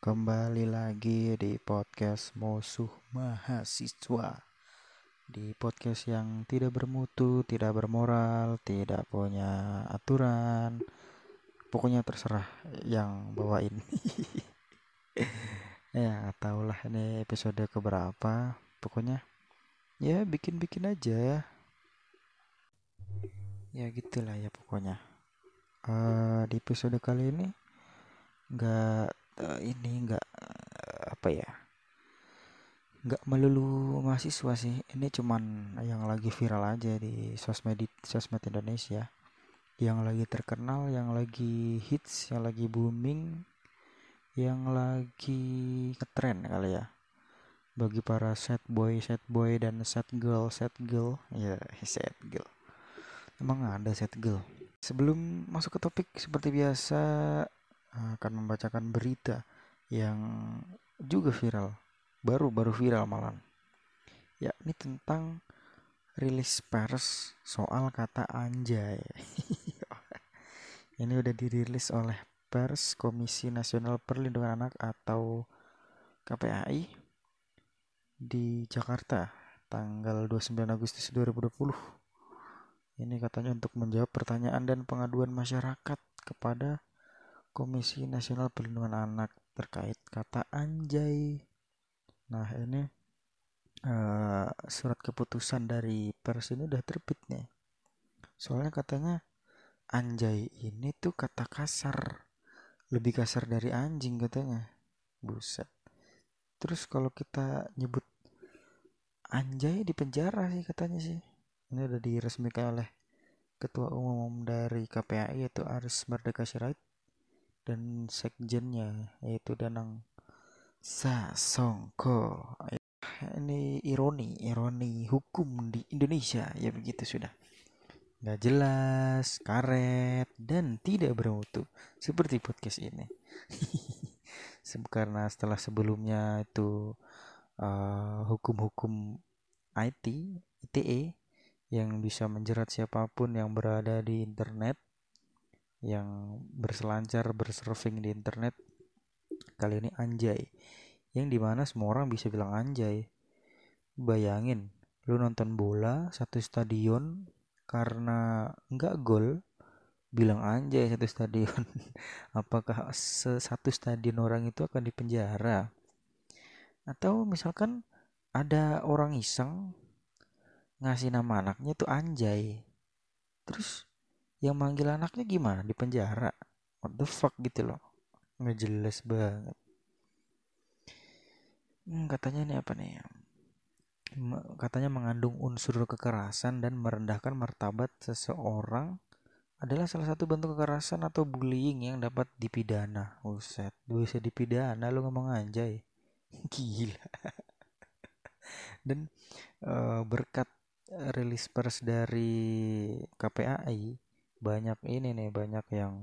Kembali lagi di podcast Musuh Mahasiswa. Di podcast yang tidak bermutu, tidak bermoral, tidak punya aturan. Pokoknya terserah yang bawain. Ya, tahulah ini episode keberapa. Pokoknya ya bikin-bikin aja. Ya gitulah ya pokoknya. Di episode kali ini nggak apa ya? Nggak melulu mahasiswa sih, ini cuman yang lagi viral aja di sosmed Indonesia, yang lagi terkenal, yang lagi hits, yang lagi booming, yang lagi ngetren kali ya bagi para sad boy dan sad girl ya. Sad girl, emang ada sad girl? Sebelum masuk ke topik, seperti biasa akan membacakan berita yang juga viral, baru viral malam, ya ini tentang rilis pers soal kata anjay. Ini udah dirilis oleh pers Komisi Nasional Perlindungan Anak atau KPAI di Jakarta tanggal 29 Agustus 2020. Ini katanya untuk menjawab pertanyaan dan pengaduan masyarakat kepada Komisi Nasional Perlindungan Anak terkait kata anjay. Nah, ini surat keputusan dari pers ini udah terbit nih. Soalnya katanya anjay ini tuh kata kasar, lebih kasar dari anjing katanya. Buset. Terus kalau kita nyebut anjay di penjara sih katanya sih. Ini udah diresmikan oleh Ketua Umum dari KPAI yaitu Aris Merdeka Sirait dan sekjennya yaitu Danang Sasongko. Ini ironi hukum di Indonesia ya, begitu sudah. Nggak jelas, karet, dan tidak bermutu seperti podcast ini. Karena setelah sebelumnya itu hukum-hukum IT, ITE yang bisa menjerat siapapun yang berada di internet, yang berselancar, bersurfing di internet. Kali ini anjay, yang dimana semua orang bisa bilang anjay. Bayangin, lu nonton bola satu stadion karena nggak gol, bilang anjay satu stadion. Apakah satu stadion orang itu akan dipenjara? Atau misalkan ada orang iseng ngasih nama anaknya tuh anjay, terus yang manggil anaknya gimana, di penjara? What the fuck gitu loh, nggak jelas banget. Katanya ini apa nih, katanya mengandung unsur kekerasan dan merendahkan martabat seseorang adalah salah satu bentuk kekerasan atau bullying yang dapat dipidana. Buset, bisa dipidana lu ngomong anjay. Gila. Dan berkat rilis pers dari KPAI, banyak ini nih, banyak yang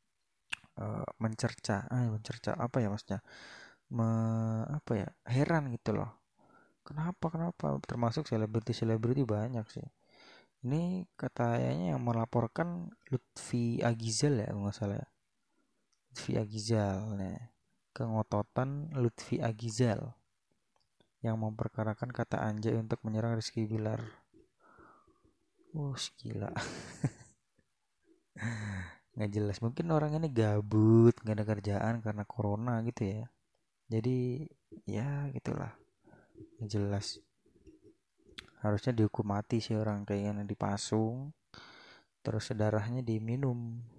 mencerca apa ya maksudnya, apa ya, heran gitu loh, kenapa termasuk selebriti banyak sih. Ini katanya yang melaporkan Lutfi Agizal ya, nggak salah ya. Lutfi Agizal nih, kengototan Lutfi Agizal yang memperkarakan kata anjay untuk menyerang Rizky Bilar. Gila. Nggak jelas, mungkin orang ini gabut, nggak ada kerjaan karena corona gitu ya, jadi ya gitulah, nggak jelas. Harusnya dihukum mati sih orang kayak gini, dipasung terus darahnya diminum.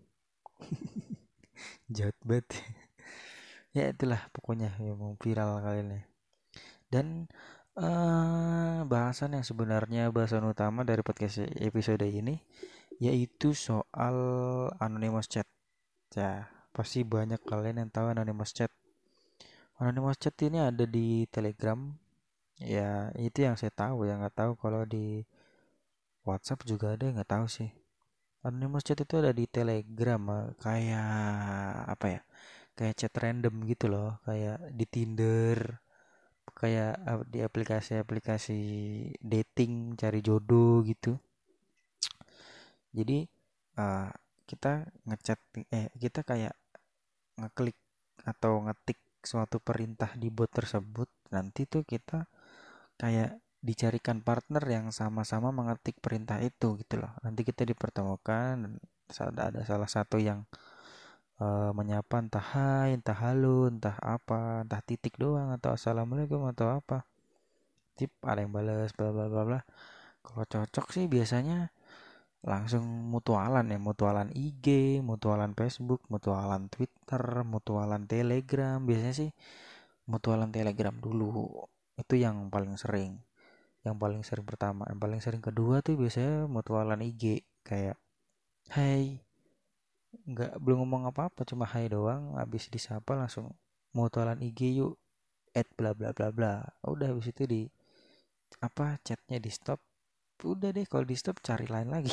Jahat banget. Ya itulah pokoknya yang mau viral kali ini. Dan bahasan yang sebenarnya bahasan utama dari podcast episode ini yaitu soal anonymous chat. Ya, pasti banyak kalian yang tahu anonymous chat. Anonymous chat ini ada di Telegram. Ya, itu yang saya tahu. Yang nggak tahu kalau di WhatsApp juga ada, yang nggak tahu sih. Anonymous chat itu ada di Telegram, kayak apa ya? Kayak chat random gitu loh, kayak di Tinder, kayak di aplikasi-aplikasi dating cari jodoh gitu. Jadi uh, kita ngechat, kita kayak ngeklik atau ngetik suatu perintah di bot tersebut, nanti tuh kita kayak dicarikan partner yang sama-sama mengetik perintah itu gitu loh. Nanti kita dipertemukan dan ada salah satu yang menyapa entah hai, entah halo, entah apa, entah titik doang atau assalamualaikum atau apa. Tip ada yang balas bla bla bla bla. Kalau cocok sih biasanya langsung mutualan ya, mutualan IG, mutualan Facebook, mutualan Twitter, mutualan Telegram. Biasanya sih mutualan Telegram dulu. Itu yang paling sering. Yang paling sering pertama, yang paling sering kedua tuh biasanya mutualan IG kayak hai, nggak belum ngomong apa-apa cuma hai doang, habis disapa langsung mutualan IG yuk, add bla bla bla bla. Udah habis itu di apa chatnya di stop, udah deh kalau di stop cari lain lagi.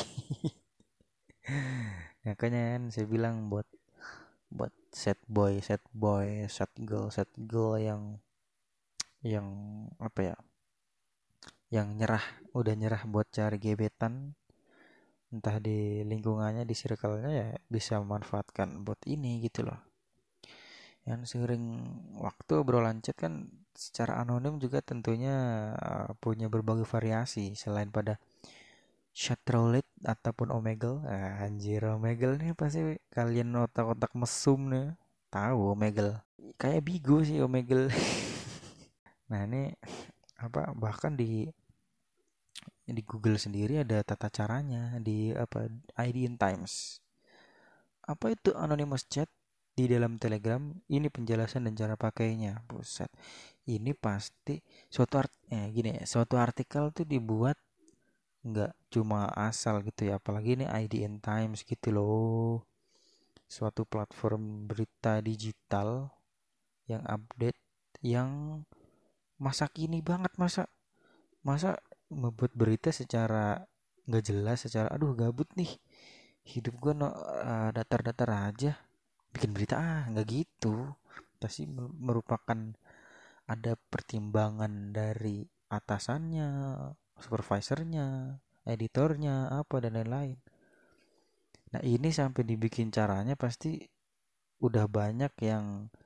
Makanya kan saya bilang buat set girl yang apa ya, yang nyerah, udah nyerah buat cari gebetan entah di lingkungannya, di circle-nya, ya bisa memanfaatkan buat ini gitu loh. Yang sering waktu obrolan chat kan secara anonim juga tentunya punya berbagai variasi selain pada Chatroulette ataupun Omegle. Anjir, Omegle nih pasti kalian otak-otak mesum nih tahu Omegle. Kayak Bigo sih Omegle. Nah ini apa, bahkan di Google sendiri ada tata caranya di apa, ID in Times. Apa itu anonymous chat di dalam Telegram? Ini penjelasan dan cara pakainya. Buset. Ini pasti gini ya, suatu artikel tuh dibuat nggak cuma asal gitu ya, apalagi ini IDN Times gitu loh, suatu platform berita digital yang update, yang masa kini banget. Masa masa membuat berita secara nggak jelas, secara aduh gabut nih hidup gue, no, datar-datar aja bikin berita, nggak gitu. Pasti merupakan ada pertimbangan dari atasannya, supervisornya, editornya, apa dan lain-lain. Nah ini sampai dibikin caranya pasti udah banyak yang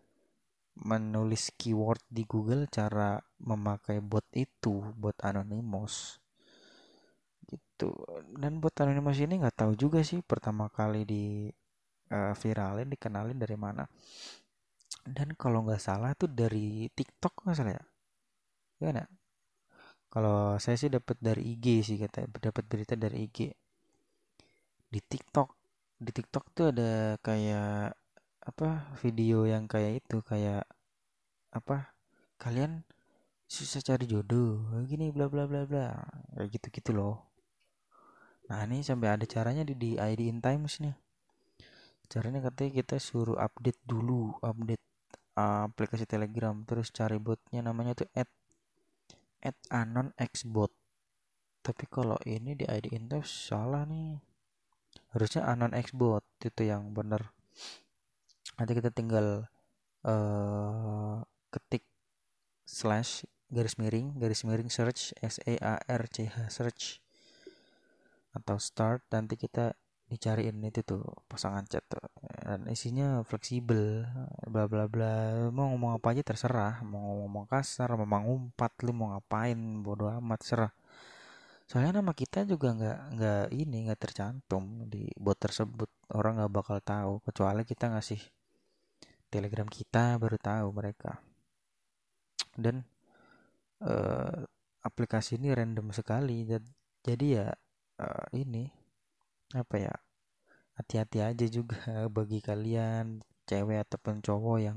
menulis keyword di Google cara memakai bot itu, bot anonymous gitu. Dan bot anonymous ini nggak tahu juga sih pertama kali di viralin, dikenalin dari mana. Dan kalau nggak salah tuh dari TikTok nggak salah ya, gimana? Kalau saya sih dapat dari IG sih, kata dapat berita dari IG. Di TikTok, di TikTok tuh ada kayak apa, video yang kayak itu, kayak apa, kalian susah cari jodoh gini bla bla bla bla, kayak gitu gitu loh. Nah ini sampai ada caranya di ID in Times nih. Caranya katanya kita suruh update dulu, update aplikasi Telegram, terus cari botnya namanya tuh add anon xbot. Tapi kalau ini di ID in Times salah nih, harusnya anon xbot itu yang bener. Nanti kita tinggal ketik slash garis miring search SEARCH search atau start, nanti kita dicariin itu tuh pasangan chat tuh, dan isinya fleksibel bla bla bla, mau ngomong apa aja terserah, mau ngomong kasar, mau ngumpat, lu mau ngapain bodo amat, serah. Soalnya nama kita juga nggak tercantum di bot tersebut, orang nggak bakal tahu kecuali kita ngasih Telegram kita, baru tahu mereka. Dan eh, aplikasi ini random sekali, jadi ya ini apa ya, hati-hati aja juga bagi kalian cewek ataupun cowok yang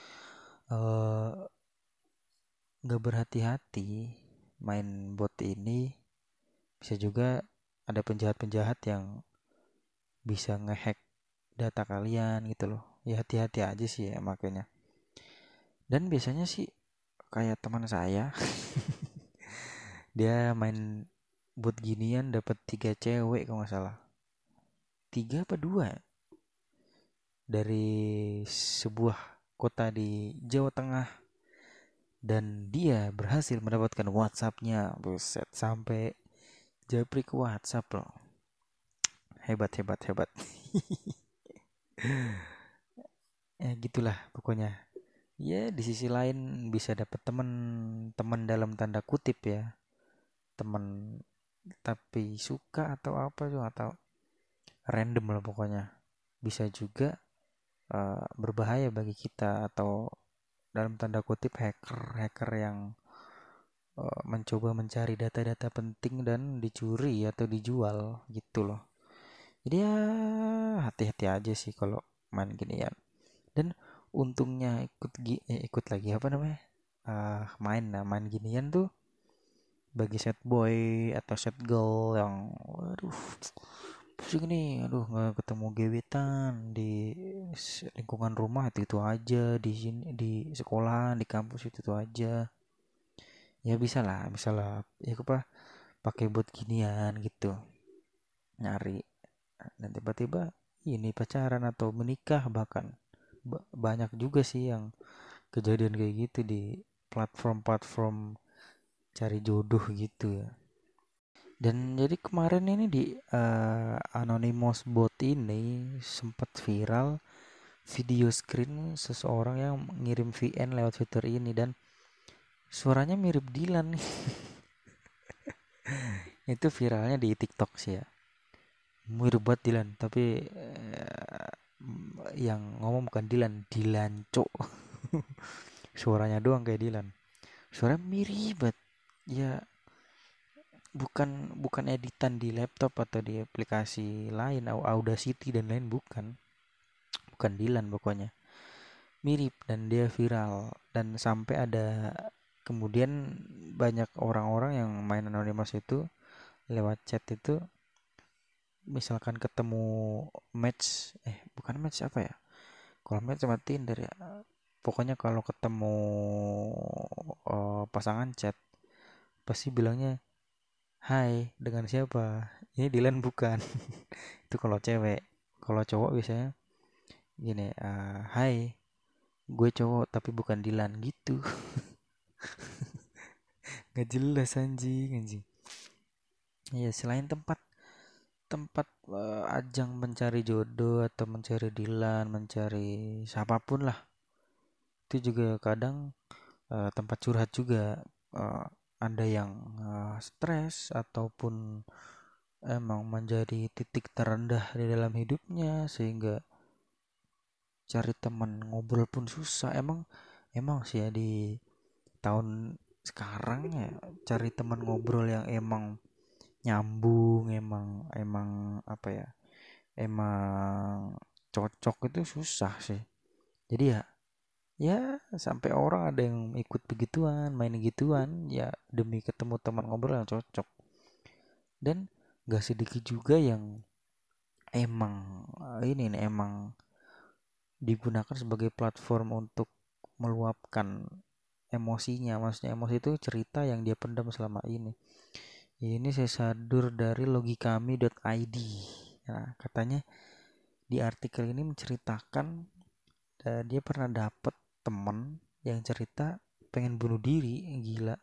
nggak berhati-hati main bot ini. Bisa juga ada penjahat-penjahat yang bisa ngehack data kalian gitu loh, ya hati-hati aja sih ya makanya. Dan biasanya sih kayak teman saya dia main bot ginian dapat 3 cewek kalau nggak salah, 3 apa 2 ya? Dari sebuah kota di Jawa Tengah, dan dia berhasil mendapatkan WhatsAppnya. Buset, sampai japri ke WhatsApp loh. Hebat hebat hebat. Ya gitulah pokoknya. Ya di sisi lain bisa dapat teman dalam tanda kutip ya, teman tapi suka atau apa juga atau random lah pokoknya. Bisa juga berbahaya bagi kita atau dalam tanda kutip hacker yang mencoba mencari data-data penting dan dicuri atau dijual gitu loh. Jadi ya hati-hati aja sih kalau main ginian. Dan untungnya ikut lagi apa namanya? Main ginian tuh bagi set boy atau set girl yang waduh pusing nih, aduh nggak ketemu gebetan di lingkungan rumah itu aja, di sini di sekolah di kampus itu aja. Ya bisa lah ya apa pakai buat ginian gitu, nyari dan tiba-tiba ini pacaran atau menikah bahkan. Banyak juga sih yang kejadian kayak gitu di platform-platform cari jodoh gitu ya. Dan jadi kemarin ini di Anonymous Bot ini sempat viral video screen seseorang yang ngirim VN lewat fitur ini dan suaranya mirip Dilan nih. Itu viralnya di TikTok sih ya. Mirip banget Dilan, tapi yang ngomong bukan Dilan, Dilan Cok. Suaranya doang kayak Dilan. Suaranya mirip banget. Ya bukan bukan editan di laptop atau di aplikasi lain Audacity dan lain, bukan Dilan pokoknya, mirip dan dia viral dan sampai ada kemudian banyak orang-orang yang main Anonymous itu lewat chat itu misalkan ketemu match bukan match apa ya, kalau match sama Tinder ya, pokoknya kalau ketemu pasangan chat pasti bilangnya hai dengan siapa, ini Dilan bukan. Itu kalau cewek. Kalau cowok biasanya gini, hai gue cowok tapi bukan Dilan gitu. Nggak jelas anjing anjing. Ya selain tempat tempat ajang mencari jodoh atau mencari Dilan, mencari siapapun lah, itu juga kadang tempat curhat juga. Eh, ada yang stres ataupun emang menjadi titik terendah di dalam hidupnya sehingga cari teman ngobrol pun susah. Emang sih ya di tahun sekarang ya cari teman ngobrol yang emang nyambung, emang emang apa ya, emang cocok itu susah sih. Jadi ya sampai orang ada yang ikut begituan, main gituan ya demi ketemu teman ngobrol yang cocok. Dan gak sedikit juga yang emang ini nih emang digunakan sebagai platform untuk meluapkan emosinya. Maksudnya emosi itu cerita yang dia pendam selama ini. Ini saya sadur dari logikami.id. Nah, katanya di artikel ini menceritakan dia pernah dapet temen yang cerita pengen bunuh diri, gila.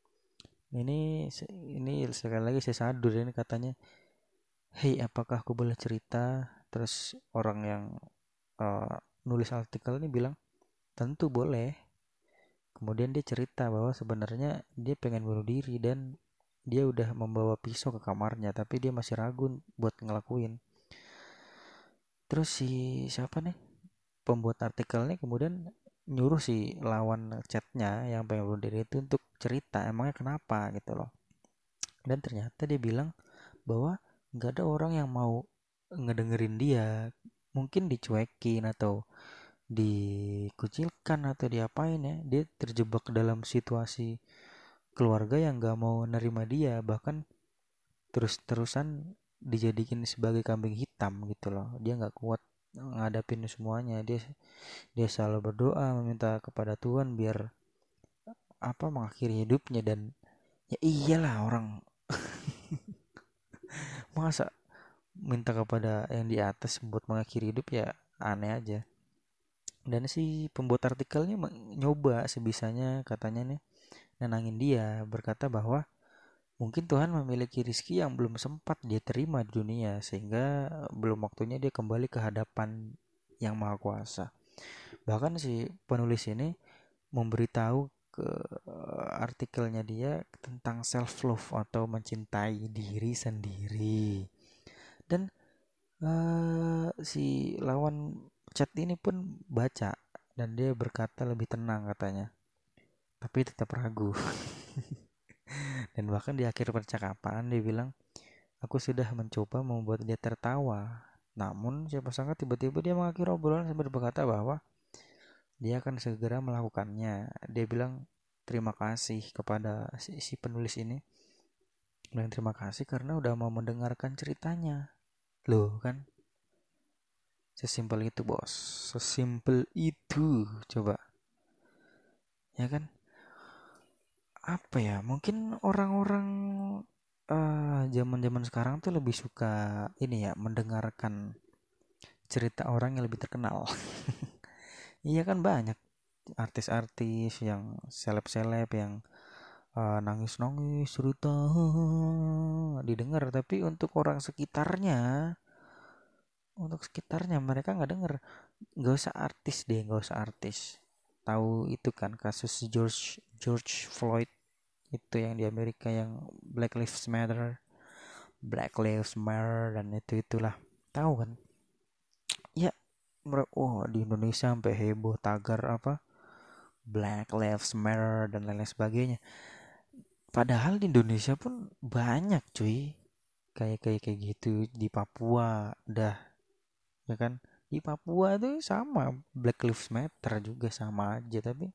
Ini sekali lagi saya sadur ini katanya, "Hey, apakah aku boleh cerita?" Terus orang yang uh, nulis artikel ini bilang, "Tentu boleh." Kemudian dia cerita bahwa sebenarnya dia pengen bunuh diri dan dia udah membawa pisau ke kamarnya, tapi dia masih ragu buat ngelakuin. Terus si siapa nih pembuat artikelnya kemudian nyuruh si lawan chatnya yang pengen bunuh diri itu untuk cerita emangnya kenapa gitu loh. Dan ternyata dia bilang bahwa nggak ada orang yang mau ngedengerin dia, mungkin dicuekin atau dikucilkan atau diapain ya, dia terjebak dalam situasi keluarga yang nggak mau nerima dia, bahkan terus-terusan dijadikan sebagai kambing hitam gitu loh. Dia nggak kuat ngadapin semuanya, dia selalu berdoa meminta kepada Tuhan biar apa mengakhiri hidupnya. Dan ya iyalah orang masa minta kepada yang di atas buat mengakhiri hidup, ya aneh aja. Dan si pembuat artikelnya nyoba sebisanya katanya nih nenangin dia, berkata bahwa mungkin Tuhan memiliki rizki yang belum sempat dia terima di dunia sehingga belum waktunya dia kembali ke hadapan yang maha kuasa. Bahkan si penulis ini memberitahu ke artikelnya dia tentang self love atau mencintai diri sendiri. Dan si lawan chat ini pun baca dan dia berkata lebih tenang katanya, tapi tetap ragu. Dan bahkan di akhir percakapan dia bilang, aku sudah mencoba membuat dia tertawa. Namun siapa sangka tiba-tiba dia mengakhiri obrolan sambil berkata bahwa dia akan segera melakukannya. Dia bilang terima kasih kepada si penulis ini. Bilang terima kasih karena udah mau mendengarkan ceritanya. Loh kan, sesimpel itu bos. Sesimpel itu. Coba. Ya kan? Apa ya? Mungkin orang-orang zaman-zaman sekarang tuh lebih suka ini ya, mendengarkan cerita orang yang lebih terkenal. Iya kan banyak artis-artis yang seleb-seleb yang nangis-nangis cerita didengar, tapi untuk sekitarnya mereka nggak denger. Nggak usah artis deh, nggak usah artis. Tahu itu kan kasus George George Floyd itu yang di Amerika yang Black Lives Matter dan itulah. Tahu kan? Ya, oh di Indonesia sampai heboh tagar apa Black Lives Matter dan lain-lain sebagainya. Padahal di Indonesia pun banyak cuy kayak gitu di Papua dah, ya kan? Di Papua tuh sama Black Lives Matter juga sama aja, tapi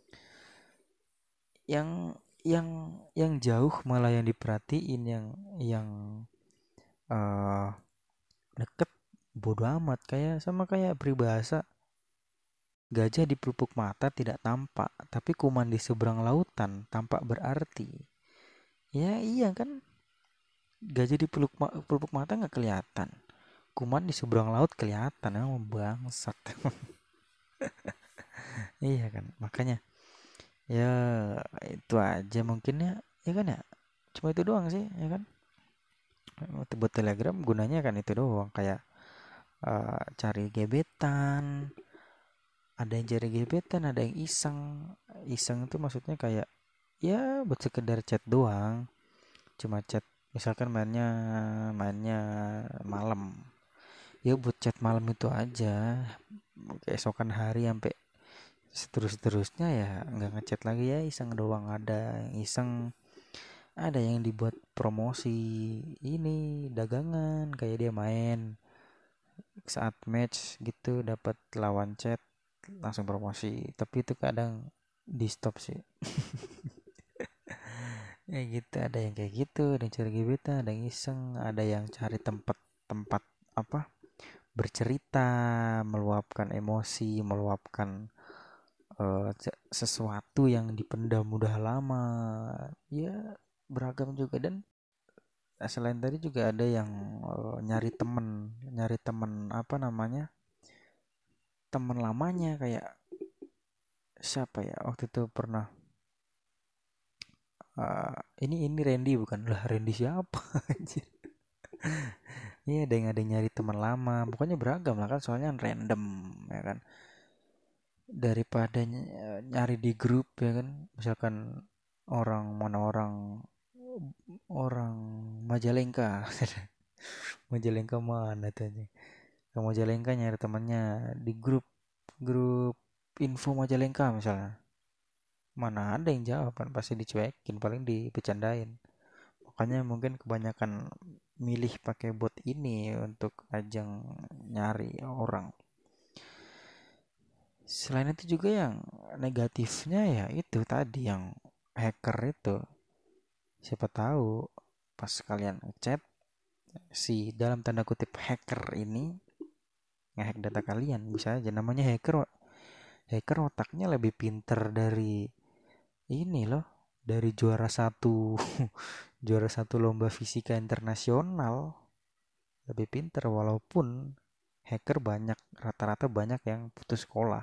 yang jauh malah yang diperhatiin yang uh, deket bodo amat, kayak peribahasa gajah di pelupuk mata tidak tampak tapi kuman di seberang lautan tampak berarti. Ya iya kan, gajah di pelupuk mata nggak kelihatan, kuman di seberang laut kelihatan. Emang bangsat. Iya kan, makanya ya itu aja mungkin ya. Ya kan ya, cuma itu doang sih ya kan. Buat Telegram gunanya kan itu doang, kayak cari gebetan. Ada yang cari gebetan, ada yang iseng. Iseng itu maksudnya kayak ya buat sekedar chat doang, cuma chat, misalkan mainnya mainnya malam, ya buat chat malam itu aja. Keesokan hari sampai seterusnya ya nggak ngechat lagi, ya iseng doang. Ada yang iseng, ada yang dibuat promosi ini dagangan, kayak dia main saat match gitu dapat lawan chat langsung promosi, tapi itu kadang di stop sih. Ya gitu, ada yang kayak gitu, ada yang cari gebetan, ada yang iseng, ada yang cari tempat-tempat apa bercerita, meluapkan emosi, meluapkan sesuatu yang dipendam udah lama. Ya beragam juga. Dan selain tadi juga ada yang nyari temen apa namanya, temen lamanya. Kayak siapa ya waktu itu pernah ini Randy bukan lah, Randy siapa anjir. Iya, ada yang nyari teman lama, pokoknya beragam lah kan, soalnya random ya kan. Daripada nyari di grup ya kan, misalkan orang mana, orang orang Majalengka. Majalengka mana tuh anjing. Ke Majalengka nyari temannya di grup grup info Majalengka misalnya, mana ada yang jawab kan, pasti dicuekin, paling dibecandain. Makanya mungkin kebanyakan milih pakai bot ini untuk ajang nyari orang. Selain itu juga yang negatifnya ya itu tadi, yang hacker itu. Siapa tahu pas kalian ngechat, si dalam tanda kutip hacker ini ngehack data kalian, bisa aja. Namanya hacker, hacker otaknya lebih pinter dari ini loh, dari juara satu juara satu lomba fisika internasional. Lebih pinter, walaupun hacker banyak, rata-rata banyak yang putus sekolah.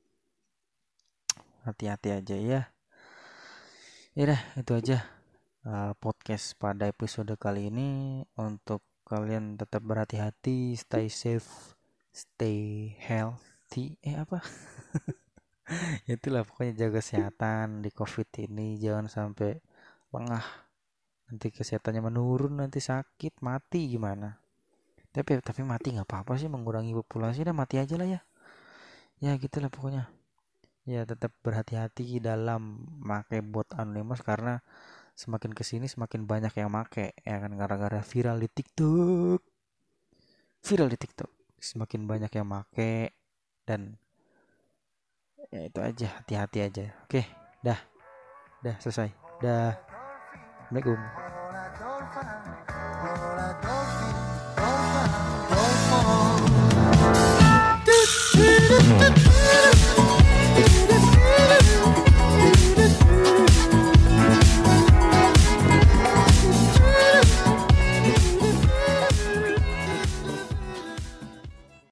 Hati-hati aja ya. Ya dah, itu aja podcast pada episode kali ini. Untuk kalian tetap berhati-hati, stay safe, stay healthy. Apa? Itulah pokoknya jaga kesehatan di COVID ini, jangan sampai lengah, nanti kesehatannya menurun, nanti sakit mati gimana. Tapi mati nggak apa-apa sih, mengurangi populasi, udah mati aja lah ya. Ya gitulah pokoknya. Ya tetap berhati-hati dalam make bot anonymous, karena semakin kesini semakin banyak yang make ya kan, gara-gara viral di TikTok semakin banyak yang make. Dan ya itu aja, hati-hati aja. Oke, dah selesai. Dah. Assalamualaikum.